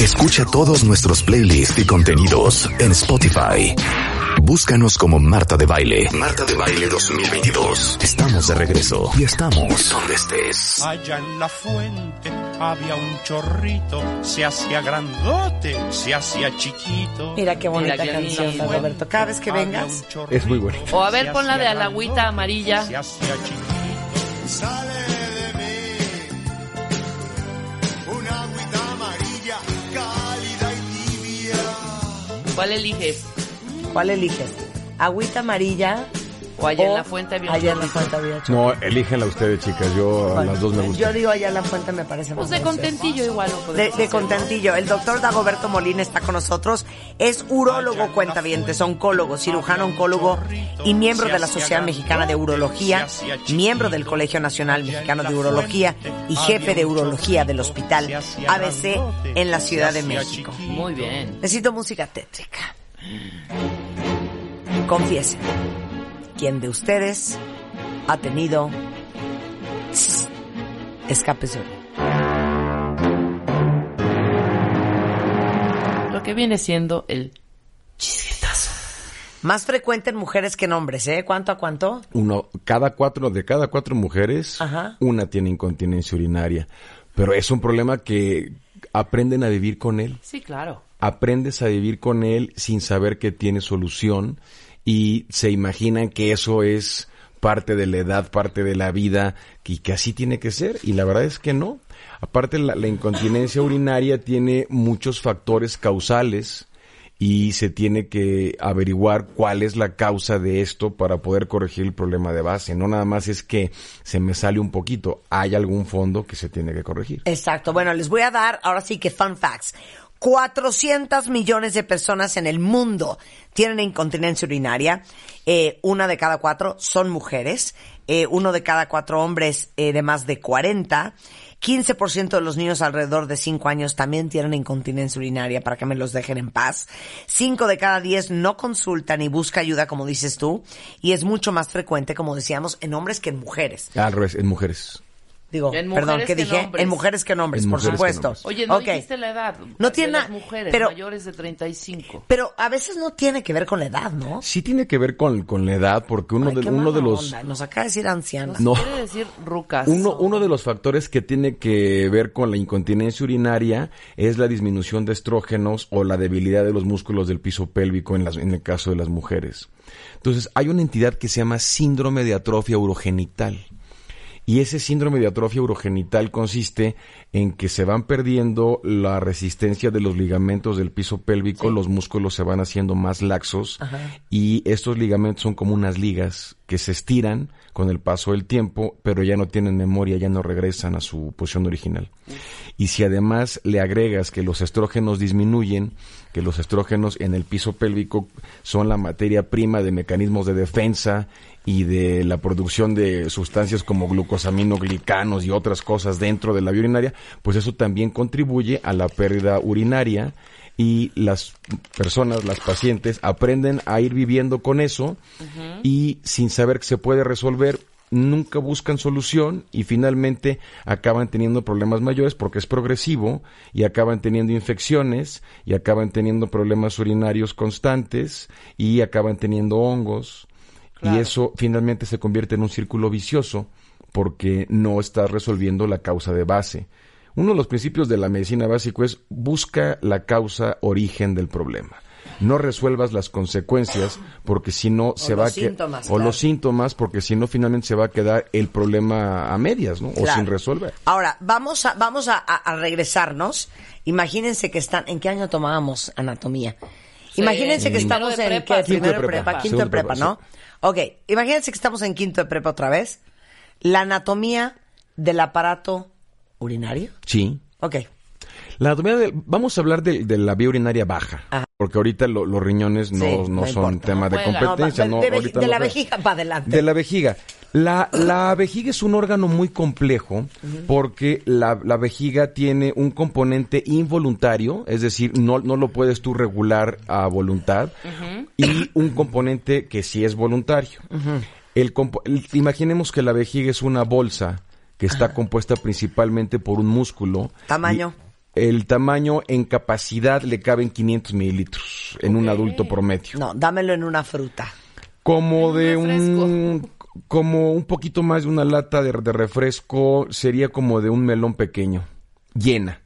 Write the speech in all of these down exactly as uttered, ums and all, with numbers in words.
Escucha todos nuestros playlists y contenidos en Spotify. Búscanos como Marta de Baile. Marta de Baile dos mil veintidós. Estamos de regreso y estamos donde estés. Allá en la fuente había un chorrito, se hacía grandote, se hacía chiquito. Mira qué bonita Mira qué canción, lindo. Roberto. Cada vez que vengas. Es muy bueno. O a ver, pon la de a la agüita amarilla. Se hacía chiquito. Sale de mí una agüita amarilla, cálida y tibia. ¿Cuál eliges? ¿Cuál eliges? ¿Agüita amarilla? O allá en o la fuente había un allá en la chorrito. fuente había chorrito? No, elígenla ustedes, chicas. Yo a las dos me Yo gustan. digo allá en la fuente me parece más Pues de gracioso. contentillo igual lo De, podemos de hacer, contentillo. El doctor Dagoberto Molina está con nosotros. Es urólogo, cuentavientes, oncólogo, cirujano oncólogo y miembro de la Sociedad Mexicana de Urología, miembro del Colegio Nacional Mexicano de Urología y jefe de urología del Hospital A B C en la Ciudad de México. ¿no? Muy bien. Necesito música tétrica. Confiesen, ¿quién de ustedes ha tenido tss, escape sónico? Lo que viene siendo el chisguetazo. Más frecuente en mujeres que en hombres, ¿eh? ¿Cuánto a cuánto? Uno, cada cuatro, de cada cuatro mujeres, Ajá. una tiene incontinencia urinaria. Pero es un problema que aprenden a vivir con él. Sí, claro. Aprendes a vivir con él sin saber que tiene solución y se imaginan que eso es parte de la edad, parte de la vida y que así tiene que ser y la verdad es que no. Aparte la, la incontinencia urinaria tiene muchos factores causales y se tiene que averiguar cuál es la causa de esto para poder corregir el problema de base. No nada más es que se me sale un poquito, hay algún fondo que se tiene que corregir. Exacto. Bueno, les voy a dar ahora sí que fun facts. cuatrocientos millones de personas en el mundo tienen incontinencia urinaria. Eh, una de cada cuatro son mujeres. Eh, uno de cada cuatro hombres eh, de más de cuarenta. quince por ciento de los niños alrededor de cinco años también tienen incontinencia urinaria, para que me los dejen en paz. cinco de cada diez no consultan ni busca ayuda, como dices tú. Y es mucho más frecuente, como decíamos, en hombres que en mujeres. Al revés, en mujeres. Digo, En perdón, mujeres ¿qué que en dije? hombres. En mujeres que en hombres, En por mujeres que en supuesto. hombres. Oye, no Ok. dijiste la edad. No de tiene las na- mujeres pero- mayores de treinta y cinco. Pero a veces no tiene que ver con la edad, ¿no? Sí tiene que ver con, con la edad, porque uno Ay, de qué uno de mala los onda. Nos acaba de decir ancianas. no Quiere decir rucas. uno uno de los factores que tiene que ver con la incontinencia urinaria es la disminución de estrógenos o la debilidad de los músculos del piso pélvico en las en el caso de las mujeres. Entonces, hay una entidad que se llama síndrome de atrofia urogenital. Y ese síndrome de atrofia urogenital consiste en que se van perdiendo la resistencia de los ligamentos del piso pélvico, Sí. los músculos se van haciendo más laxos Ajá. y estos ligamentos son como unas ligas que se estiran con el paso del tiempo, pero ya no tienen memoria, ya no regresan a su posición original. Y si además le agregas que los estrógenos disminuyen, que los estrógenos en el piso pélvico son la materia prima de mecanismos de defensa y de la producción de sustancias como glucosaminoglicanos y otras cosas dentro de la vía urinaria, pues eso también contribuye a la pérdida urinaria y las personas, las pacientes, aprenden a ir viviendo con eso uh-huh. y sin saber que se puede resolver, nunca buscan solución y finalmente acaban teniendo problemas mayores porque es progresivo y acaban teniendo infecciones y acaban teniendo problemas urinarios constantes y acaban teniendo hongos. Claro. Y eso finalmente se convierte en un círculo vicioso porque no estás resolviendo la causa de base. Uno de los principios de la medicina básico es busca la causa origen del problema. No resuelvas las consecuencias porque si no se va a quedar o claro. los síntomas porque si no finalmente se va a quedar el problema a medias, ¿no? Claro. O sin resolver. Ahora, vamos a vamos a, a, a regresarnos. Imagínense que están, ¿en qué año tomábamos anatomía? Sí. Imagínense que estamos en prepa, ¿qué? Primero de prepa, prepa, prepa. quinto de prepa, prepa, ¿no? sí. Ok, imagínense que estamos en quinto de prepa otra vez. La anatomía del aparato urinario. Sí. Ok. La anatomía del, vamos a hablar de, de la vía urinaria baja, Ajá. porque ahorita lo, los riñones no, Sí, no, no son importa. tema No de juega. competencia. No, No, de, de, ahorita de no la juega. vejiga para adelante. De la vejiga. La, la vejiga es un órgano muy complejo uh-huh. porque la, la vejiga tiene un componente involuntario, es decir, no, no lo puedes tú regular a voluntad, uh-huh. y un componente que sí es voluntario. Uh-huh. El, el, imaginemos que la vejiga es una bolsa que está uh-huh. compuesta principalmente por un músculo. ¿Tamaño? El tamaño en capacidad le caben quinientos mililitros en un adulto promedio. No, dámelo en una fruta. Como de Un un... Como un poquito más de una lata de, de refresco, sería como de un melón pequeño, llena.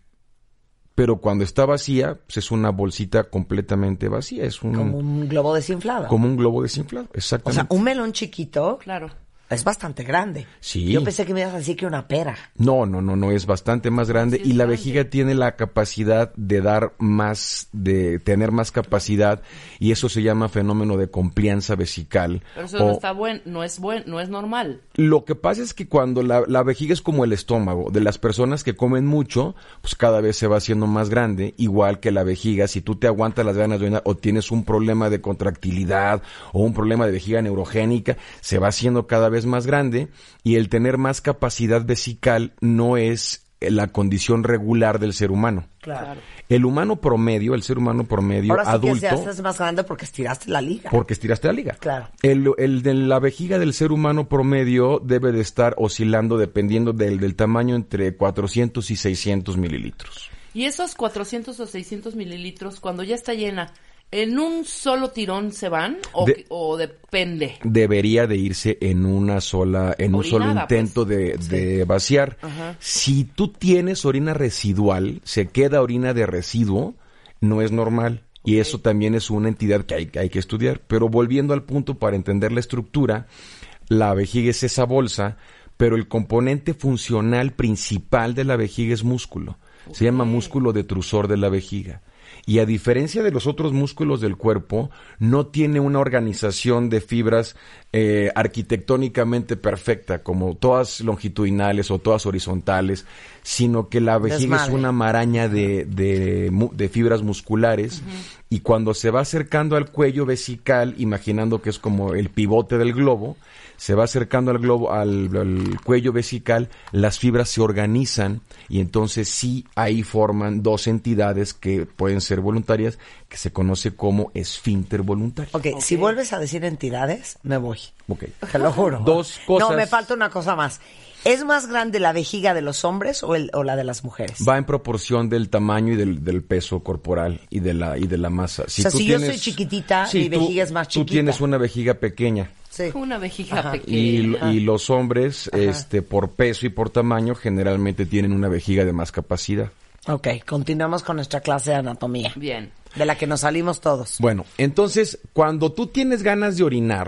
Pero cuando está vacía, pues es una bolsita completamente vacía. Es un, Como un globo desinflado. como un globo desinflado, O exactamente. sea, un melón chiquito Claro. es bastante grande. Sí. Yo pensé que me ibas a decir que una pera. No, no, no, no, es bastante más grande Sí, y es la grande. vejiga tiene la capacidad de dar más, de tener más capacidad y eso se llama fenómeno de complianza vesical. Pero eso o- no está buen, no es buen, no es normal. Lo que pasa es que cuando la, la vejiga es como el estómago, de las personas que comen mucho, pues cada vez se va haciendo más grande, igual que la vejiga, si tú te aguantas las ganas de orinar o tienes un problema de contractilidad o un problema de vejiga neurogénica, se va haciendo cada vez más grande y el tener más capacidad vesical no es la condición regular del ser humano. Claro. El humano promedio, el ser humano promedio Ahora sí adulto... que se haces más grande porque estiraste la liga. Porque estiraste la liga. Claro. El, el de la vejiga del ser humano promedio debe de estar oscilando dependiendo del, del tamaño entre cuatrocientos y seiscientos mililitros. Y esos cuatrocientos o seiscientos mililitros, cuando ya está llena, ¿en un solo tirón se van? ¿O, De- o depende? Debería de irse en una sola, en un solo Orinada, intento pues. de, de vaciar. Ajá. Si tú tienes orina residual, se queda orina de residuo, no es normal. Y eso también es una entidad que hay, que hay que estudiar. Pero volviendo al punto para entender la estructura, la vejiga es esa bolsa, pero el componente funcional principal de la vejiga es músculo. Se llama músculo detrusor de la vejiga. Y a diferencia de los otros músculos del cuerpo, no tiene una organización de fibras eh, arquitectónicamente perfecta, como todas longitudinales o todas horizontales, sino que la vejiga Desmadre. es una maraña de, de, mu- de fibras musculares. Y cuando se va acercando al cuello vesical, imaginando que es como el pivote del globo, se va acercando al globo, al, al cuello vesical, las fibras se organizan y entonces sí ahí forman dos entidades que pueden ser voluntarias, que se conoce como esfínter voluntario. Ok, si vuelves a decir entidades, me voy. Ok. Te lo juro. Dos cosas. No, me falta una cosa más. ¿Es más grande la vejiga de los hombres o, el, o la de las mujeres? Va en proporción del tamaño y del, del peso corporal y de la y de la masa. O sea, tú si yo soy chiquitita, mi tú- vejiga es más Tú chiquita. tienes una vejiga pequeña. Sí. Una vejiga Ajá. Y, pequeña. y los hombres, este, por peso y por tamaño, generalmente tienen una vejiga de más capacidad. Ok, continuamos con nuestra clase de anatomía, Bien. de la que nos salimos todos. Bueno, entonces, cuando tú tienes ganas de orinar,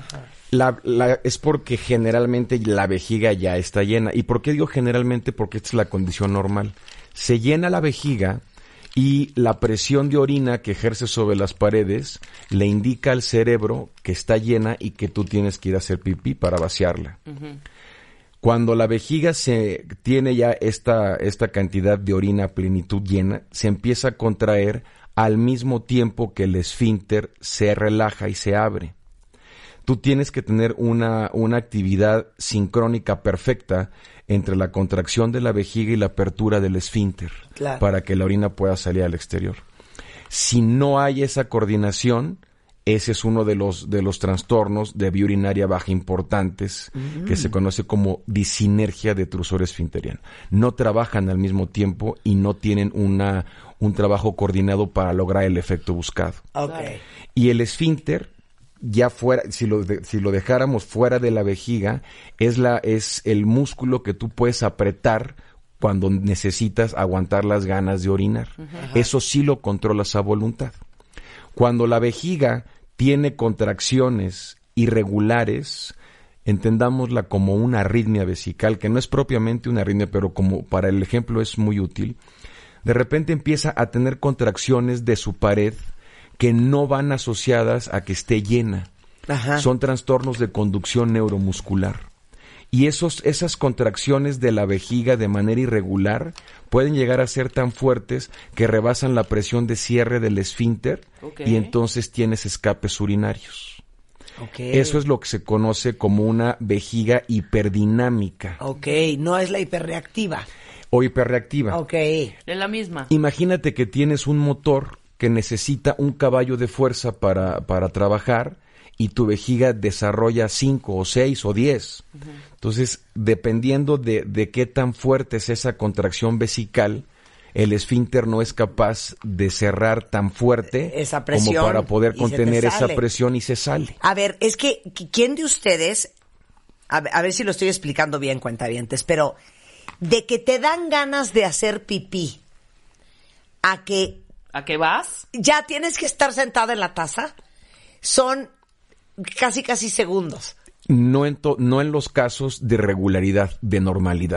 la, la- es porque generalmente la vejiga ya está llena. ¿Y por qué digo generalmente? Porque esta es la condición normal. Se llena la vejiga y la presión de orina que ejerce sobre las paredes le indica al cerebro que está llena y que tú tienes que ir a hacer pipí para vaciarla. Cuando la vejiga se tiene ya esta, esta cantidad de orina a plenitud llena, se empieza a contraer al mismo tiempo que el esfínter se relaja y se abre. Tú tienes que tener una, una actividad sincrónica perfecta entre la contracción de la vejiga y la apertura del esfínter Claro. para que la orina pueda salir al exterior. Si no hay esa coordinación, ese es uno de los, de los trastornos de vía urinaria baja importantes que se conoce como disinergia detrusor esfinteriano. No trabajan al mismo tiempo y no tienen una, un trabajo coordinado para lograr el efecto buscado. Ok. Y el esfínter, ya fuera, si lo, de- si lo dejáramos fuera de la vejiga, es, la, es el músculo que tú puedes apretar cuando necesitas aguantar las ganas de orinar. Eso sí lo controlas a voluntad. Cuando la vejiga tiene contracciones irregulares, entendámosla como una arritmia vesical, que no es propiamente una arritmia, pero como para el ejemplo es muy útil. De repente empieza a tener contracciones de su pared que no van asociadas a que esté llena. Ajá. Son trastornos de conducción neuromuscular. Y esos, esas contracciones de la vejiga de manera irregular pueden llegar a ser tan fuertes que rebasan la presión de cierre del esfínter Ok. y entonces tienes escapes urinarios. Ok. Eso es lo que se conoce como una vejiga hiperdinámica Ok, no es la hiperreactiva. o hiperreactiva. Ok. Es la misma. Imagínate que tienes un motor que necesita un caballo de fuerza para, para trabajar y tu vejiga desarrolla cinco o seis o diez. Entonces, dependiendo de, de qué tan fuerte es esa contracción vesical, el esfínter no es capaz de cerrar tan fuerte esa presión, como para poder y contener se te esa sale. presión y se sale. A ver, es que, ¿quién de ustedes, a ver, a ver si lo estoy explicando bien, cuentavientes, pero de que te dan ganas de hacer pipí a que ¿A qué vas? ya tienes que estar sentada en la taza, son casi, casi segundos. No en, to- no en los casos de regularidad, de normalidad.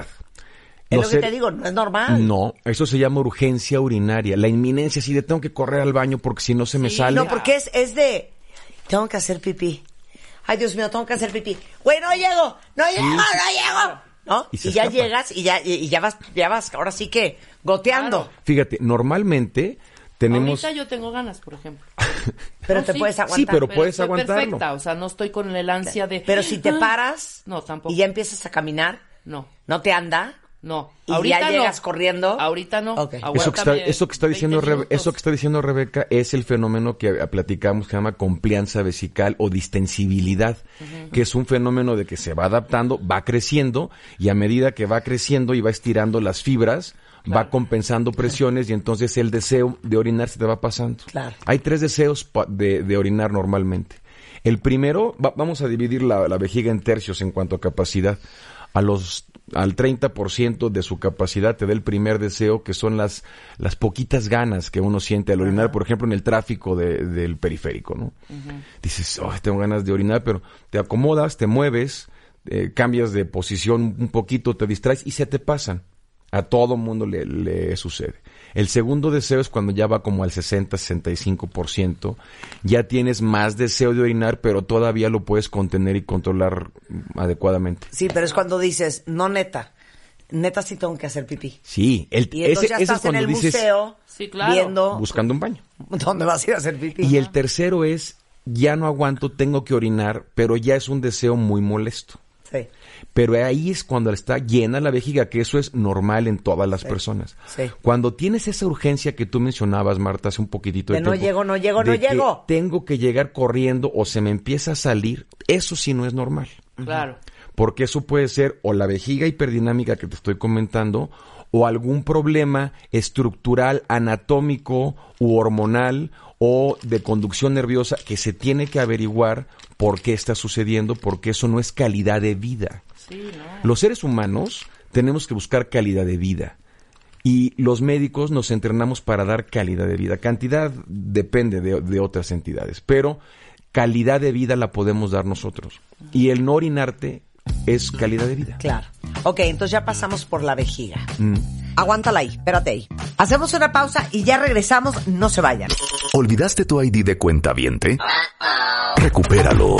Es No lo sé- que te digo, no es normal. No, eso se llama urgencia urinaria. La inminencia, si de tengo que correr al baño porque si no se me Sí, sale. No, porque es, es de, tengo que hacer pipí. Ay, Dios mío, tengo que hacer pipí. Güey, no llego, no llego, no llego. ¿No? Y Y, se ya escapa. llegas y ya, y, y ya vas, ya vas, ahora sí que goteando. Claro. Fíjate, normalmente tenemos... Ahorita yo tengo ganas, por ejemplo. Pero No, te sí. puedes aguantar. Sí, pero puedes estoy aguantarlo. perfecta, o sea, no estoy con el ansia de... Pero si te Ah, paras No, tampoco. y ya empiezas a caminar, No, ¿no te anda? no. ¿Y Ahorita ya no. llegas corriendo? Ahorita no. Ok. Eso que, está, Aguántame eso, que está diciendo veinte Rebe- minutos. eso que está diciendo Rebeca es el fenómeno que eh, platicamos que se llama complianza vesical o distensibilidad, que es un fenómeno de que se va adaptando, va creciendo y a medida que va creciendo y va estirando las fibras, va compensando presiones y entonces el deseo de orinar se te va pasando. Claro. Hay tres deseos pa- de, de orinar normalmente. El primero, va- vamos a dividir la, la vejiga en tercios en cuanto a capacidad. A los, al treinta por ciento de su capacidad te da el primer deseo, que son las, las poquitas ganas que uno siente al orinar, por ejemplo, en el tráfico de- del periférico, ¿no? Dices, oh, tengo ganas de orinar, pero te acomodas, te mueves, eh, cambias de posición un poquito, te distraes y se te pasan. A todo mundo le, le sucede. El segundo deseo es cuando ya va como al sesenta, sesenta y cinco por ciento. Ya tienes más deseo de orinar, pero todavía lo puedes contener y controlar mm, adecuadamente. Sí, pero es cuando dices, no neta, neta sí tengo que hacer pipí. Sí, el, Y entonces ese, ya ese estás es cuando en el dices museo Sí, claro. viendo buscando un baño. dónde vas a ir a hacer pipí. Y el tercero es, ya no aguanto, tengo que orinar, pero ya es un deseo muy molesto. Sí, Pero ahí es cuando está llena la vejiga, que eso es normal en todas las personas. sí. Cuando tienes esa urgencia que tú mencionabas, Marta, hace un poquitito de, De no tiempo, llego, no llego, de no que llego. tengo que llegar corriendo o se me empieza a salir, eso sí no es normal. Claro. Porque eso puede ser o la vejiga hiperdinámica que te estoy comentando, o algún problema estructural, anatómico u hormonal o de conducción nerviosa que se tiene que averiguar por qué está sucediendo, porque eso no es calidad de vida. Sí, no. Los seres humanos tenemos que buscar calidad de vida. Y los médicos nos entrenamos para dar calidad de vida. Cantidad depende de, de otras entidades, pero calidad de vida la podemos dar nosotros. Y el no orinarte es calidad de vida. Claro. Ok, entonces ya pasamos por la vejiga. Mm. Aguántala ahí, espérate ahí. Hacemos una pausa y ya regresamos, no se vayan. ¿Olvidaste tu I D de cuentaviente? Recupéralo.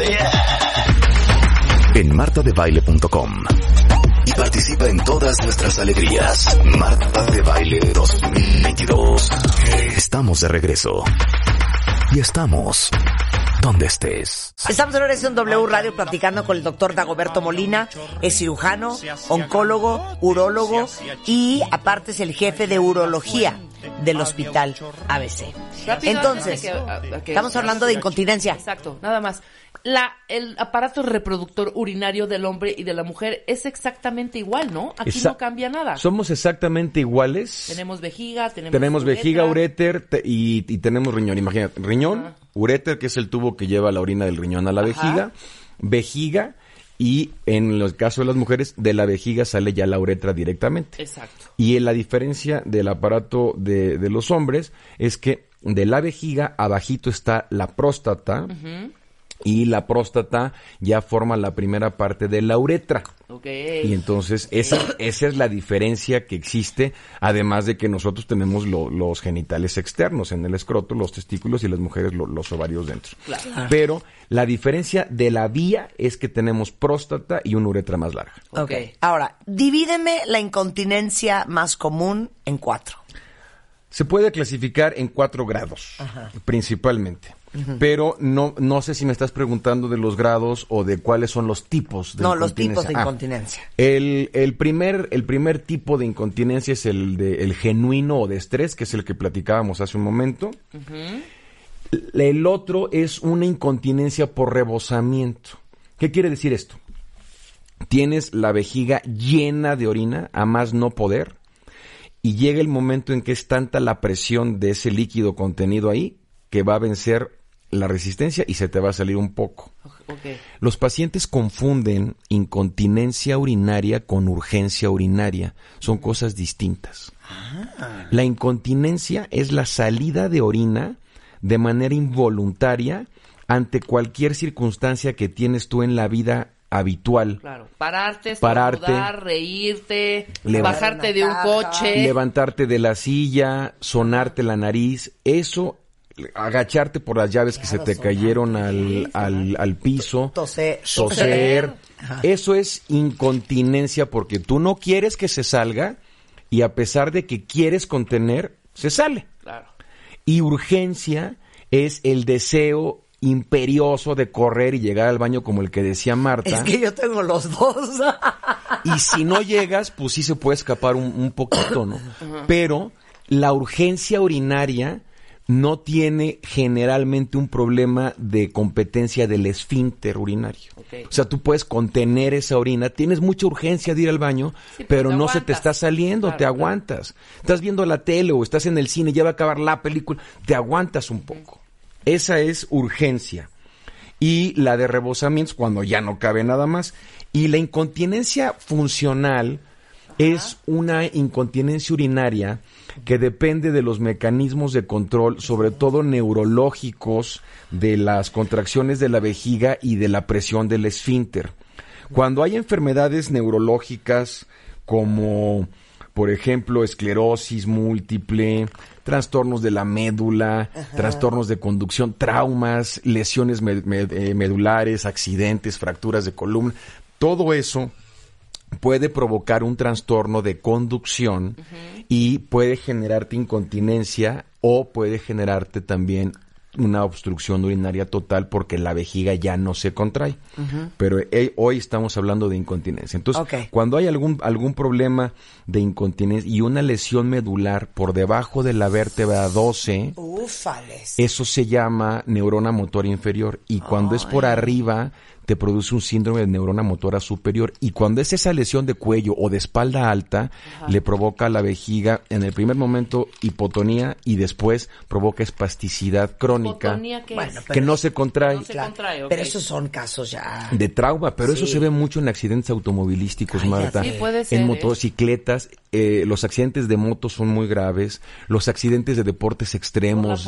En marta de baile punto com. Y participa en todas nuestras alegrías. Marta de Baile dos mil veintidós. Estamos de regreso. Y estamos donde estés. Estamos en Horacio en W Radio platicando con el doctor Dagoberto Molina, es cirujano, oncólogo, urólogo y aparte es el jefe de urología del hospital A B C. Rápido, Entonces, antes de que- a- a que- estamos hablando de incontinencia. Exacto, nada más. La, el aparato reproductor urinario del hombre y de la mujer es exactamente igual, ¿no? Aquí Esa- no cambia nada. Somos exactamente iguales. Tenemos vejiga, tenemos Tenemos vejiga, uretra. uréter te- y, y tenemos riñón. Imagínate, riñón, Ajá. uréter, que es el tubo que lleva la orina del riñón a la Ajá. vejiga, vejiga, y en el caso de las mujeres, de la vejiga sale ya la uretra directamente. Exacto. Y en la diferencia del aparato de, de los hombres es que de la vejiga abajito está la próstata, y la próstata ya forma la primera parte de la uretra. Ok. Y entonces esa, esa es la diferencia que existe, además de que nosotros tenemos lo- los genitales externos en el escroto, los testículos, y las mujeres lo- los ovarios dentro. Claro. Pero la diferencia de la vía es que tenemos próstata y una uretra más larga. Ok. Ok. Ahora, divídeme la incontinencia más común en cuatro. Se puede clasificar en cuatro grados, principalmente. Pero no, no sé si me estás preguntando de los grados o de cuáles son los tipos de No, los incontinencia. tipos de Ah, incontinencia. El, el, primer, el primer tipo de incontinencia es el de el genuino o de estrés, que es el que platicábamos hace un momento. El- El otro es una incontinencia por rebosamiento. ¿Qué quiere decir esto? Tienes la vejiga llena de orina, a más no poder, y llega el momento en que es tanta la presión de ese líquido contenido ahí que va a vencer la resistencia y se te va a salir un poco. Okay. Los pacientes confunden incontinencia urinaria con urgencia urinaria. Son cosas distintas. Ah. La incontinencia es la salida de orina de manera involuntaria ante cualquier circunstancia que tienes tú en la vida habitual. Claro, pararte, Pararte, estornudar, reírte, leva- bajarte de un coche. Levantarte de la silla, sonarte la nariz, eso, agacharte por las llaves que se te cayeron al, al, al piso, Toser. toser, eso es incontinencia porque tú no quieres que se salga y a pesar de que quieres contener, se sale. Claro. Y urgencia es el deseo imperioso de correr y llegar al baño como el que decía Marta. Es que yo tengo los dos. Y si no llegas, pues sí se puede escapar un, un poquito, ¿no? Uh-huh. Pero la urgencia urinaria no tiene generalmente un problema de competencia del esfínter urinario. Okay. O sea, tú puedes contener esa orina, tienes mucha urgencia de ir al baño, sí, pero, pero no aguantas. Se te está saliendo, claro, te aguantas. Claro. Estás viendo la tele o estás en el cine, ya va a acabar la película, te aguantas un poco. Esa es urgencia. Y la de rebosamientos, cuando ya no cabe nada más. Y la incontinencia funcional es una incontinencia urinaria que depende de los mecanismos de control, sobre todo neurológicos, de las contracciones de la vejiga y de la presión del esfínter. Cuando hay enfermedades neurológicas como, por ejemplo, esclerosis múltiple, trastornos de la médula, ajá, trastornos de conducción, traumas, lesiones med- med- eh, medulares, accidentes, fracturas de columna, todo eso puede provocar un trastorno de conducción, uh-huh, y puede generarte incontinencia o puede generarte también una obstrucción urinaria total porque la vejiga ya no se contrae. Uh-huh. Pero eh, hoy estamos hablando de incontinencia. Entonces, okay, cuando hay algún algún problema de incontinencia y una lesión medular por debajo de la vértebra doce, ufales, eso se llama neurona motora inferior. Y cuando, ay, es por arriba, te produce un síndrome de neurona motora superior. Y cuando es esa lesión de cuello o de espalda alta, ajá, le provoca a la vejiga, en el primer momento, hipotonía y después provoca espasticidad crónica. ¿Hipotonía qué bueno, es? Que no se contrae. No se claro, contrae, okay. Pero esos son casos ya de trauma, pero sí, eso se ve mucho en accidentes automovilísticos, ay, Marta. Sí, puede ser, en motocicletas, eh, los accidentes de moto son muy graves, los accidentes de deportes extremos,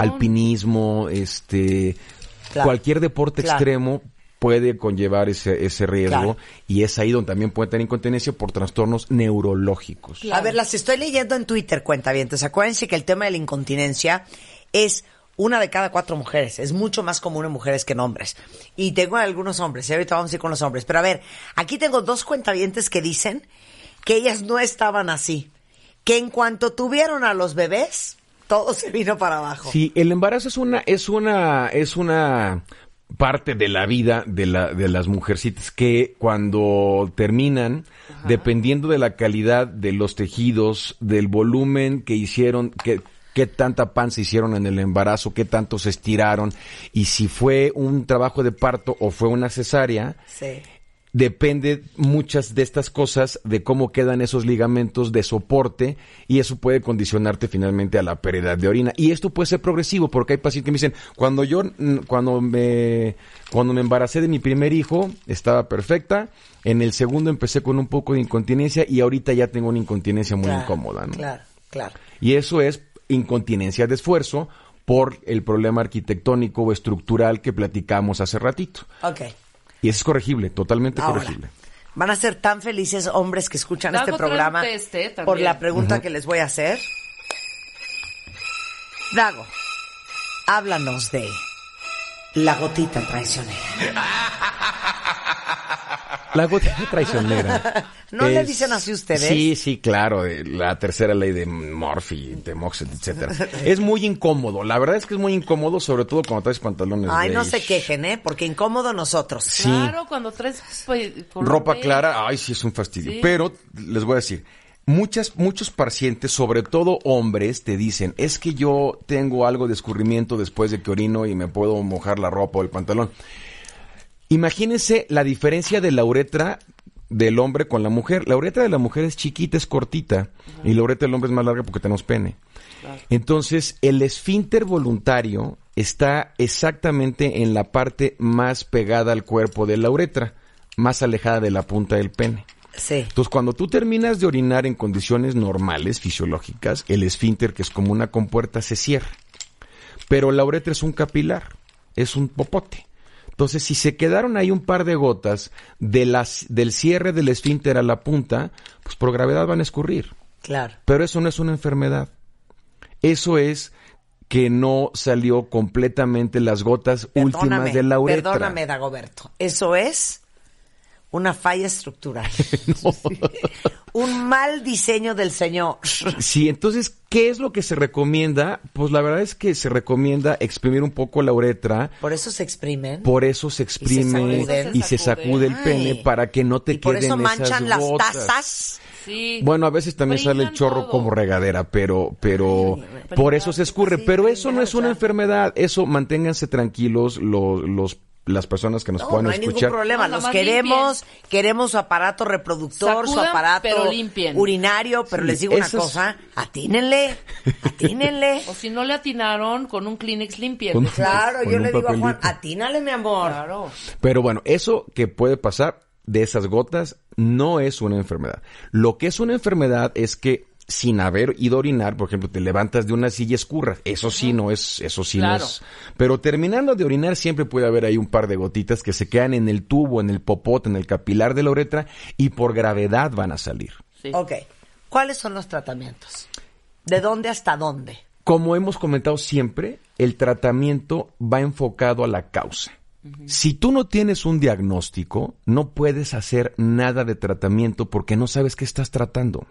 alpinismo, este, claro, cualquier deporte, claro, extremo puede conllevar ese ese riesgo, claro, y es ahí donde también puede tener incontinencia por trastornos neurológicos. Claro. A ver, las estoy leyendo en Twitter, cuentavientes. Acuérdense que el tema de la incontinencia es una de cada cuatro mujeres. Es mucho más común en mujeres que en hombres. Y tengo algunos hombres, y ahorita vamos a ir con los hombres. Pero a ver, aquí tengo dos cuentavientes que dicen que ellas no estaban así. Que en cuanto tuvieron a los bebés, todo se vino para abajo. Sí, el embarazo es una, es una, es una parte de la vida de la de las mujercitas que cuando terminan, ajá, dependiendo de la calidad de los tejidos, del volumen que hicieron, que qué tanta panza hicieron en el embarazo, qué tanto se estiraron, y si fue un trabajo de parto o fue una cesárea, sí, depende muchas de estas cosas de cómo quedan esos ligamentos de soporte y eso puede condicionarte finalmente a la pérdida de orina. Y esto puede ser progresivo porque hay pacientes que me dicen, cuando yo, cuando me, cuando me embaracé de mi primer hijo, estaba perfecta, en el segundo empecé con un poco de incontinencia y ahorita ya tengo una incontinencia muy claro, incómoda, ¿no? Claro, claro. Y eso es incontinencia de esfuerzo por el problema arquitectónico o estructural que platicamos hace ratito. Okay. Y eso es corregible, totalmente ahora, corregible. Van a ser tan felices hombres que escuchan Dago este programa test, eh, por la pregunta, uh-huh, que les voy a hacer. Dago, háblanos de la gotita traicionera. La gotita traicionera. ¿No es, le dicen así ustedes? Sí, sí, claro. La tercera ley de Murphy, de Moxet, etcétera. Es muy incómodo. La verdad es que es muy incómodo, sobre todo cuando traes pantalones. Ay, beige. No se quejen, ¿eh? Porque incómodo nosotros. Sí. Claro, cuando traes pues, ropa beige, clara, ay, sí es un fastidio. Sí. Pero les voy a decir, muchas, muchos pacientes, sobre todo hombres, te dicen, es que yo tengo algo de escurrimiento después de que orino y me puedo mojar la ropa o el pantalón. Imagínense la diferencia de la uretra del hombre con la mujer. La uretra de la mujer es chiquita, es cortita, uh-huh. y la uretra del hombre es más larga porque tenemos pene. Claro. Entonces, el esfínter voluntario está exactamente en la parte más pegada al cuerpo de la uretra, más alejada de la punta del pene. Sí. Entonces, cuando tú terminas de orinar en condiciones normales, fisiológicas, el esfínter, que es como una compuerta, se cierra. Pero la uretra es un capilar, es un popote. Entonces, si se quedaron ahí un par de gotas de las, del cierre del esfínter a la punta, pues por gravedad van a escurrir. Claro. Pero eso no es una enfermedad. Eso es que no salió completamente las gotas perdóname, últimas de la uretra. Perdóname, Dagoberto. Eso es una falla estructural. No. Un mal diseño del señor. Sí, entonces, ¿qué es lo que se recomienda? Pues la verdad es que se recomienda exprimir un poco la uretra. Por eso se exprimen. Por eso se exprime y se sacude el pene. Ay. Para que no te y queden esas por eso manchan las gotas. tazas. Sí. Bueno, a veces también sale el chorro todo. como regadera, pero pero Ay, por eso se escurre. sí, Pero eso no ya, es una ya. enfermedad. Eso, manténganse tranquilos los los las personas que nos No, puedan no hay escuchar. ningún problema. No, Los nomás queremos, queremos su aparato reproductor, su Sacudan, aparato pero limpien. urinario, pero Sí, les digo una esas- cosa, atínenle, atínenle. O si no le atinaron, con un Kleenex limpien. Con- Claro, Con yo un le digo a Juan, papelito. atínale, mi amor. Claro. Pero bueno, eso que puede pasar de esas gotas no es una enfermedad. Lo que es una enfermedad es que sin haber ido a orinar, por ejemplo, te levantas de una silla y escurras. Eso sí no es, eso sí Claro. no es. Pero terminando de orinar siempre puede haber ahí un par de gotitas que se quedan en el tubo, en el popote, en el capilar de la uretra y por gravedad van a salir. Sí. Ok, ¿cuáles son los tratamientos? ¿De dónde hasta dónde? Como hemos comentado siempre, el tratamiento va enfocado a la causa. Si tú no tienes un diagnóstico, no puedes hacer nada de tratamiento porque no sabes qué estás tratando.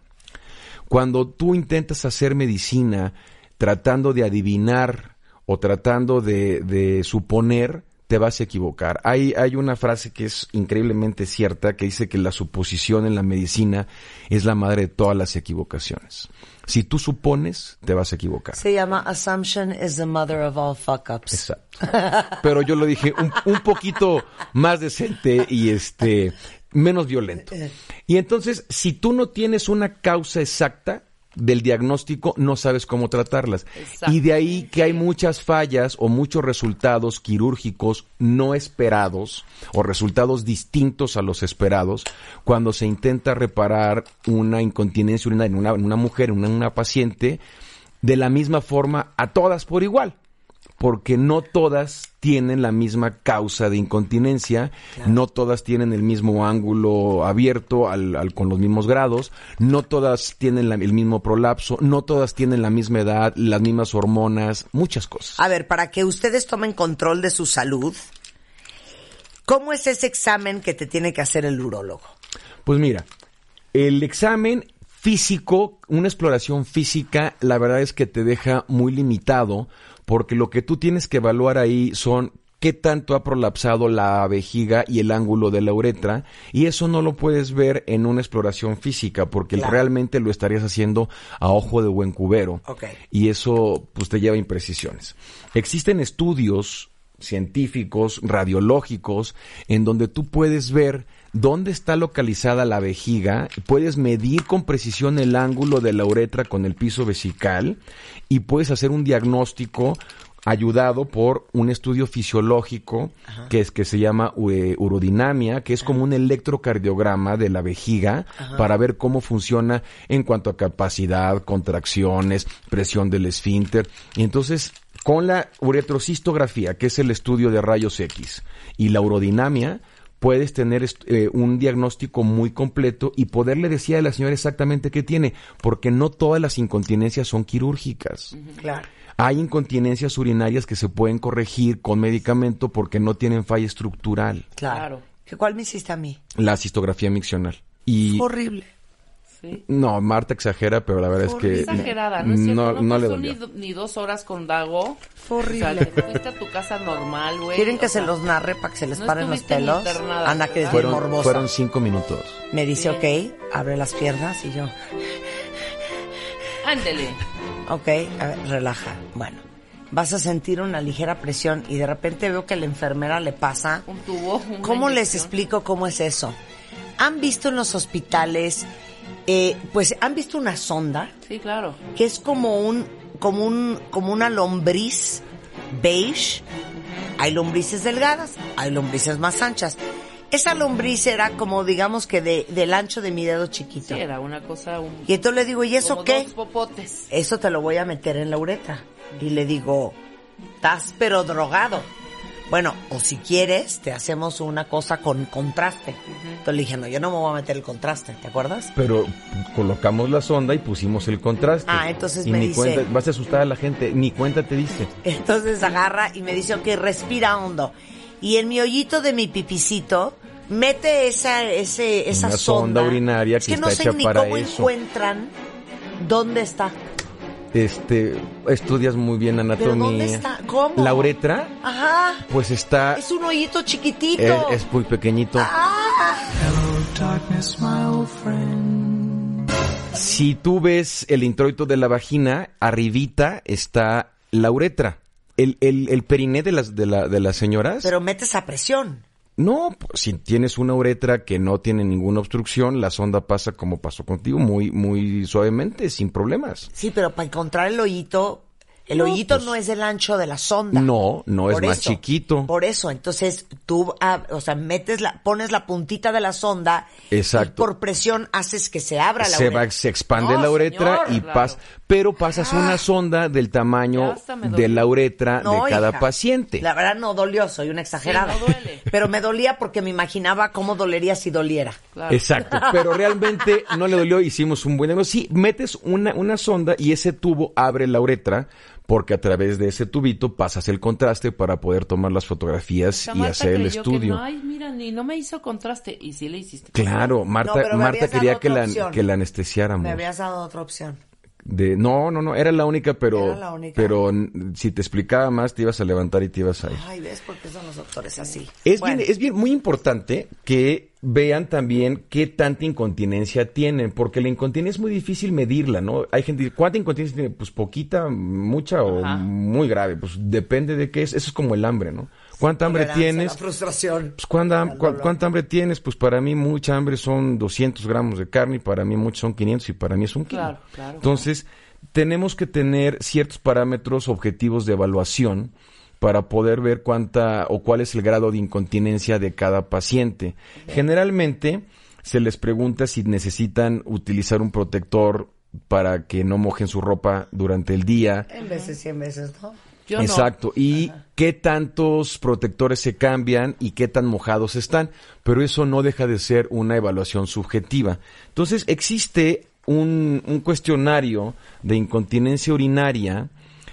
Cuando tú intentas hacer medicina tratando de adivinar o tratando de, de suponer, te vas a equivocar. Hay, hay una frase que es increíblemente cierta que dice que la suposición en la medicina es la madre de todas las equivocaciones. Si tú supones, te vas a equivocar. Se llama Assumption is the mother of all fuck-ups. Exacto. Pero yo lo dije un, un poquito más decente y este menos violento. Y entonces, si tú no tienes una causa exacta del diagnóstico, no sabes cómo tratarlas. Exacto. Y de ahí que hay muchas fallas o muchos resultados quirúrgicos no esperados o resultados distintos a los esperados cuando se intenta reparar una incontinencia urinaria en una, en una mujer, en una, una paciente, de la misma forma a todas por igual. Porque no todas tienen la misma causa de incontinencia, claro. No todas tienen el mismo ángulo abierto al, al, con los mismos grados, no todas tienen la, el mismo prolapso, no todas tienen la misma edad, las mismas hormonas, muchas cosas. A ver, para que ustedes tomen control de su salud, ¿cómo es ese examen que te tiene que hacer el urólogo? Pues mira, el examen físico, una exploración física, la verdad es que te deja muy limitado, porque lo que tú tienes que evaluar ahí son qué tanto ha prolapsado la vejiga y el ángulo de la uretra, y eso no lo puedes ver en una exploración física, porque claro. realmente lo estarías haciendo a ojo de buen cubero, okay. Y eso pues te lleva a imprecisiones. Existen estudios científicos, radiológicos, en donde tú puedes ver dónde está localizada la vejiga, puedes medir con precisión el ángulo de la uretra con el piso vesical y puedes hacer un diagnóstico ayudado por un estudio fisiológico que es que se llama eh, urodinamia, que es como un electrocardiograma de la vejiga. Ajá. Para ver cómo funciona en cuanto a capacidad, contracciones, presión del esfínter. Y entonces, con la uretrocistografía, que es el estudio de rayos X, y la urodinamia, puedes tener eh, un diagnóstico muy completo y poderle decir a la señora exactamente qué tiene, porque no todas las incontinencias son quirúrgicas. Uh-huh. Claro. Hay incontinencias urinarias que se pueden corregir con medicamento porque no tienen falla estructural. Claro. ¿Qué cuál me hiciste a mí? La cistografía miccional. Y horrible. ¿Sí? No, Marta exagera, pero la verdad Horrible. es que exagerada, ¿no es cierto? no, no, no le pasó dolió. ni, do- ni dos horas con Dago. Fue horrible. O sea, te fuiste a tu casa normal, güey. ¿Quieren que o se sea, los narre para que se les no paren los estuviste ni pelos? internada, Ana, que es ¿verdad? bien Fueron, morbosa. fueron cinco minutos. Me dice, Sí. ok, abre las piernas y yo, Ándele. ok, a ver, relaja. Bueno, vas a sentir una ligera presión y de repente veo que a la enfermera le pasa. Un tubo. una ¿Cómo les inyección. explico cómo es eso? ¿Han visto en los hospitales, eh, pues, han visto una sonda? Sí, claro. Que es como un, como un, como una lombriz beige. Hay lombrices delgadas, hay lombrices más anchas. Esa lombriz era como, digamos que de, del ancho de mi dedo chiquito. Sí, era una cosa... Un, y entonces le digo, ¿y eso como qué? dos popotes. Eso te lo voy a meter en la uretra. Y le digo, estás pero drogado. Bueno, o si quieres, te hacemos una cosa con contraste. Uh-huh. Entonces le dije, no, yo no me voy a meter el contraste, ¿te acuerdas? Pero colocamos la sonda y pusimos el contraste. Ah, entonces y me ni dice... Cuenta, vas a asustar a la gente, ni cuenta te dice. Entonces agarra y me dice, ok, respira hondo. Y en mi hoyito de mi pipicito, mete esa, ese, esa una sonda. sonda urinaria que, es que está no sé hecha ni para cómo eso. encuentran dónde está. Este, estudias muy bien anatomía. ¿Pero dónde está? ¿Cómo? ¿La uretra? Ajá. Pues está... Es un hoyito chiquitito. Es, es muy pequeñito. Ah. Hello, darkness, my old friend. Si tú ves el introito de la vagina, arribita está la uretra. El, el, el periné de las, de, la, de las señoras... Pero metes a presión. No, pues, si tienes una uretra que no tiene ninguna obstrucción, la sonda pasa como pasó contigo, muy muy suavemente, sin problemas. Sí, pero para encontrar el hoyito, el No, hoyito pues, no es del ancho de la sonda. No, no es Por más eso, chiquito. Por eso, entonces tú, ah, o sea, metes la, pones la puntita de la sonda. Exacto. Y por presión haces que se abra la se uretra. va, se expande No, la uretra señor, y claro. pasa, pero pasas Ah. una sonda del Ya tamaño hasta me de dolió. la uretra No, de cada hija, paciente. La verdad no dolió, soy una exagerada. Sí, no duele. Pero me dolía porque me imaginaba cómo dolería si doliera. Claro. Exacto, pero realmente no le dolió, hicimos un buen negocio. Sí, metes una, una sonda y ese tubo abre la uretra, porque a través de ese tubito pasas el contraste para poder tomar las fotografías O sea, y Marta hacer el creyó que estudio. no, ay, mira, ni no me hizo contraste. Y sí le hiciste. Claro, No, Marta, pero me Marta habías quería dado que otra la, opción. que la anestesiáramos. Me habías dado otra opción. De, no, no, no, era la única, pero, Era la única. pero n- si te explicaba más te ibas a levantar y te ibas a ir. Ay, ¿ves por qué son los doctores así? Es Bueno, bien, es bien, muy importante que vean también qué tanta incontinencia tienen, porque la incontinencia es muy difícil medirla, ¿no? Hay gente que dice, ¿cuánta incontinencia tiene? Pues poquita, mucha o Ajá. muy grave, pues depende de qué es, eso es como el hambre, ¿no? ¿Cuánta hambre tolerancia, tienes? La frustración. Pues ¿cuánta, Al cu- dolor. ¿cuánta hambre tienes? Pues para mí mucha hambre son doscientos gramos de carne y para mí mucho son quinientos y para mí es un kilo. Claro, claro. Entonces, tenemos que tener ciertos parámetros objetivos de evaluación para poder ver cuánta o cuál es el grado de incontinencia de cada paciente. Generalmente se les pregunta si necesitan utilizar un protector para que no mojen su ropa durante el día. En veces, cien veces, ¿no? Yo no. Exacto. Y qué tantos protectores se cambian y qué tan mojados están. Pero eso no deja de ser una evaluación subjetiva. Entonces, existe un, un cuestionario de incontinencia urinaria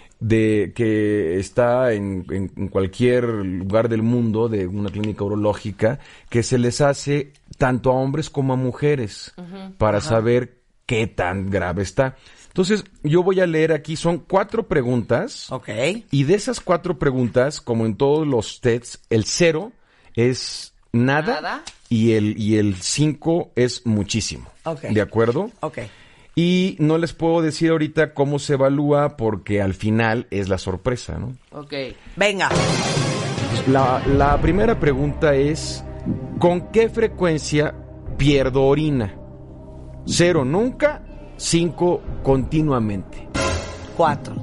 de que está en, en, en cualquier lugar del mundo de una clínica urológica que se les hace tanto a hombres como a mujeres uh-huh. para Ajá. saber qué tan grave está. Entonces, yo voy a leer aquí, son cuatro preguntas. Ok. Y de esas cuatro preguntas, como en todos los tests, el cero es nada, ¿Nada? y el y el cinco es muchísimo. Ok. ¿De acuerdo? Ok. Y no les puedo decir ahorita cómo se evalúa porque al final es la sorpresa, ¿no? Ok. Venga. La, la primera pregunta es, ¿con qué frecuencia pierdo orina? Cero nunca, cinco continuamente. Cuatro.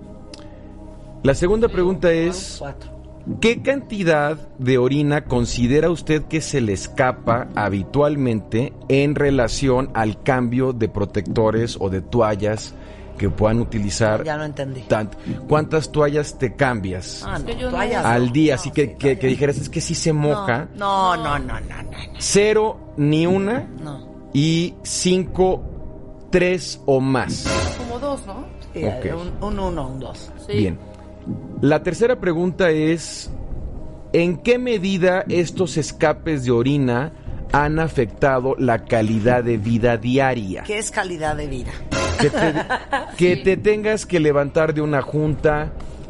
La segunda pregunta es, Cuatro. ¿qué cantidad de orina considera usted que se le escapa habitualmente en relación al cambio de protectores o de toallas que puedan utilizar? Ya no entendí. Tanto. ¿Cuántas toallas te cambias Ah, no, que yo no- toallas al no. día? No, Así que, sí, que, que toallas. dijeras, es que sí se moja. No, no, no, no, no, no. Cero, ni una. No. Y cinco, tres o más. Como dos, ¿no? Sí, Ok. un, un uno, un dos. Sí. Bien. La tercera pregunta es, ¿en qué medida estos escapes de orina han afectado la calidad de vida diaria? ¿Qué es calidad de vida? Que te, que te tengas que levantar de una junta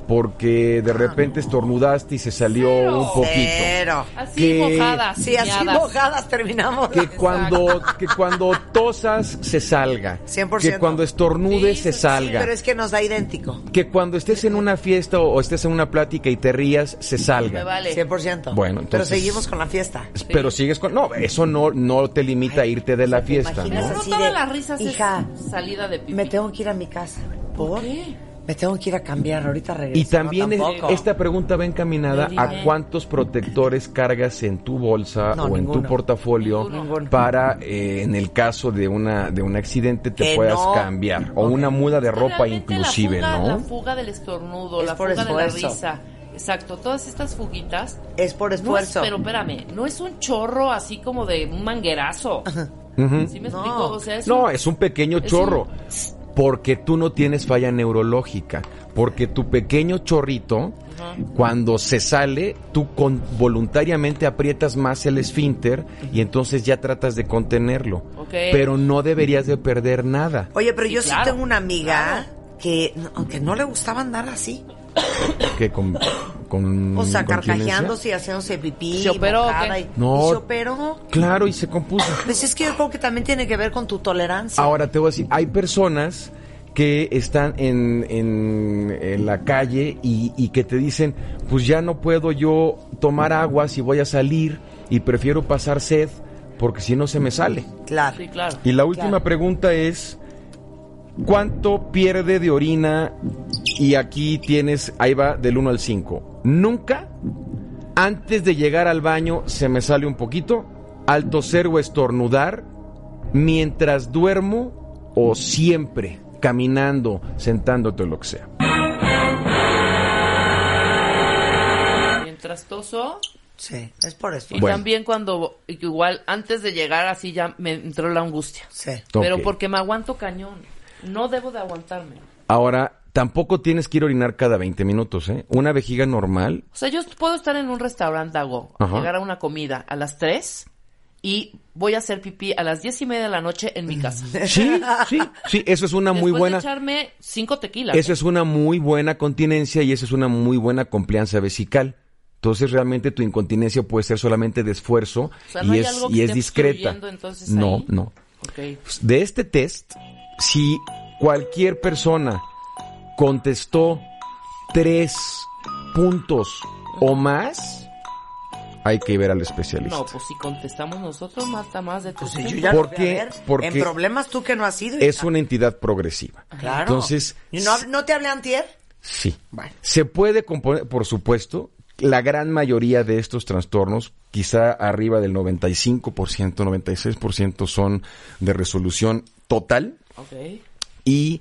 porque de repente estornudaste y se salió Cero. un poquito. Cero. Así Que- mojadas. Sí, así miadas. mojadas terminamos. Que cuando, que cuando tosas se salga. cien por ciento. Que cuando estornudes Sí, se sí, salga. Pero es que nos da idéntico. Que cuando estés en una fiesta o, o estés en una plática y te rías, se Me salga. vale. cien por ciento. Bueno, Pero entonces- seguimos con la fiesta. Pero sigues con... No, eso no, no te limita a irte de la fiesta, imaginas ¿no? Pero así no todas de, las risas hija, es salida de pipí. Me tengo que ir a mi casa. ¿Por? qué? Me tengo que ir a cambiar, ahorita regreso. Y también No, es- tampoco. esta pregunta va encaminada Dime. a cuántos protectores cargas en tu bolsa No, o en ninguno. tu portafolio Ninguno. para, eh, en el caso de una de un accidente, te Que puedas no. cambiar. O una muda de ropa Realmente inclusive, la fuga, La ¿no? fuga del estornudo, Es la por fuga de la esfuerzo. risa. Exacto, todas estas fuguitas. Es por No es, esfuerzo. pero espérame, no es un chorro así como de un manguerazo. Ujú. ¿Sí me No. explico? O sea, es No, un- es un pequeño es chorro. un- Porque tú no tienes falla neurológica. Porque tu pequeño chorrito, cuando se sale, tú con, voluntariamente aprietas más el esfínter y entonces ya tratas de contenerlo. Ok. Pero no deberías de perder nada. Oye, pero Sí, yo claro, sí tengo una amiga claro. que, no- aunque no le gustaba andar así. Que con, con O sea, continencia. carcajeándose y haciéndose pipí. ¿Se operó o mojada qué? y- No. y se operó. Claro, y se compuso. Pues es que yo creo que también tiene que ver con tu tolerancia. Ahora te voy a decir, hay personas que están en, en, en la calle y, y que te dicen, pues ya no puedo yo tomar agua si voy a salir y prefiero pasar sed porque si no se me sale. Claro. Sí, claro. Y la última Claro. pregunta es, ¿cuánto pierde de orina? Y aquí tienes, ahí va del uno al cinco. Nunca, antes de llegar al baño, se me sale un poquito, al toser o estornudar, mientras duermo o siempre, caminando, sentándote o lo que sea. Mientras toso. Sí, es por Y esfuerzo. Bueno. también cuando, y que igual, antes de llegar así ya me entró la angustia. Sí. Pero Ok. porque me aguanto cañón. No debo de aguantarme. Ahora, tampoco tienes que ir a orinar cada veinte minutos, ¿eh? Una vejiga normal, O sea, yo puedo estar en un restaurante, hago, Ajá. llegar a una comida a las tres y voy a hacer pipí a las diez y media de la noche en mi casa. sí, sí, sí, eso es una muy Después buena... de echarme cinco tequilas. Eso es una muy buena continencia y eso es una muy buena complianza vesical. Entonces realmente tu incontinencia puede ser solamente de esfuerzo O sea, ¿no y hay es algo que y es esté discreta. obstruyendo, entonces, No, ahí? no. Ok. De este test, si cualquier persona contestó tres puntos o más, hay que ver al especialista. No, pues si contestamos nosotros, mata más de Pues tres sí, yo puntos. ya ¿Por lo fui a qué? ver. Porque En problemas tú que no has ido. Es hija. una entidad progresiva. Claro. Entonces, ¿Y no, no te hablé antier? sí. Bueno. Se puede componer, por supuesto, la gran mayoría de estos trastornos, quizá arriba del noventa y cinco por ciento, noventa y seis por ciento son de resolución total Ok. y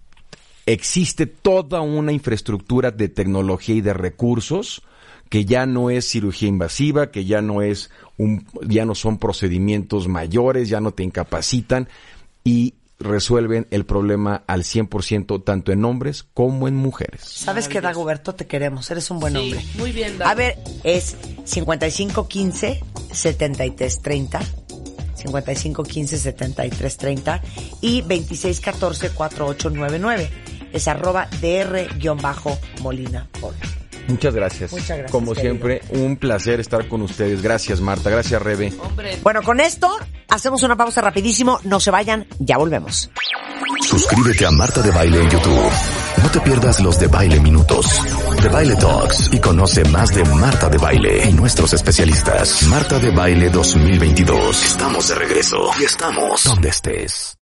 existe toda una infraestructura de tecnología y de recursos que ya no es cirugía invasiva, que ya no es un, ya no son procedimientos mayores, ya no te incapacitan y resuelven el problema al cien por ciento tanto en hombres como en mujeres. ¿Sabes qué, Dagoberto? Te queremos. Eres un buen Sí, hombre. muy bien, Dago. A ver, es cincuenta y cinco quince setenta y tres treinta, cincuenta y cinco quince setenta y tres treinta y veintiséis catorce cuarenta y ocho noventa y nueve. Es arroba dr-molina Polo. Muchas gracias. Muchas gracias, Como querido. siempre, un placer estar con ustedes. Gracias, Marta. Gracias, Rebe. Hombre, Bueno, con esto hacemos una pausa rapidísimo. No se vayan, ya volvemos. Suscríbete a Marta de Baile en YouTube. No te pierdas los de Baile Minutos, de Baile Talks y conoce más de Marta de Baile y nuestros especialistas. Marta de Baile dos mil veintidós. Estamos de regreso y estamos donde estés.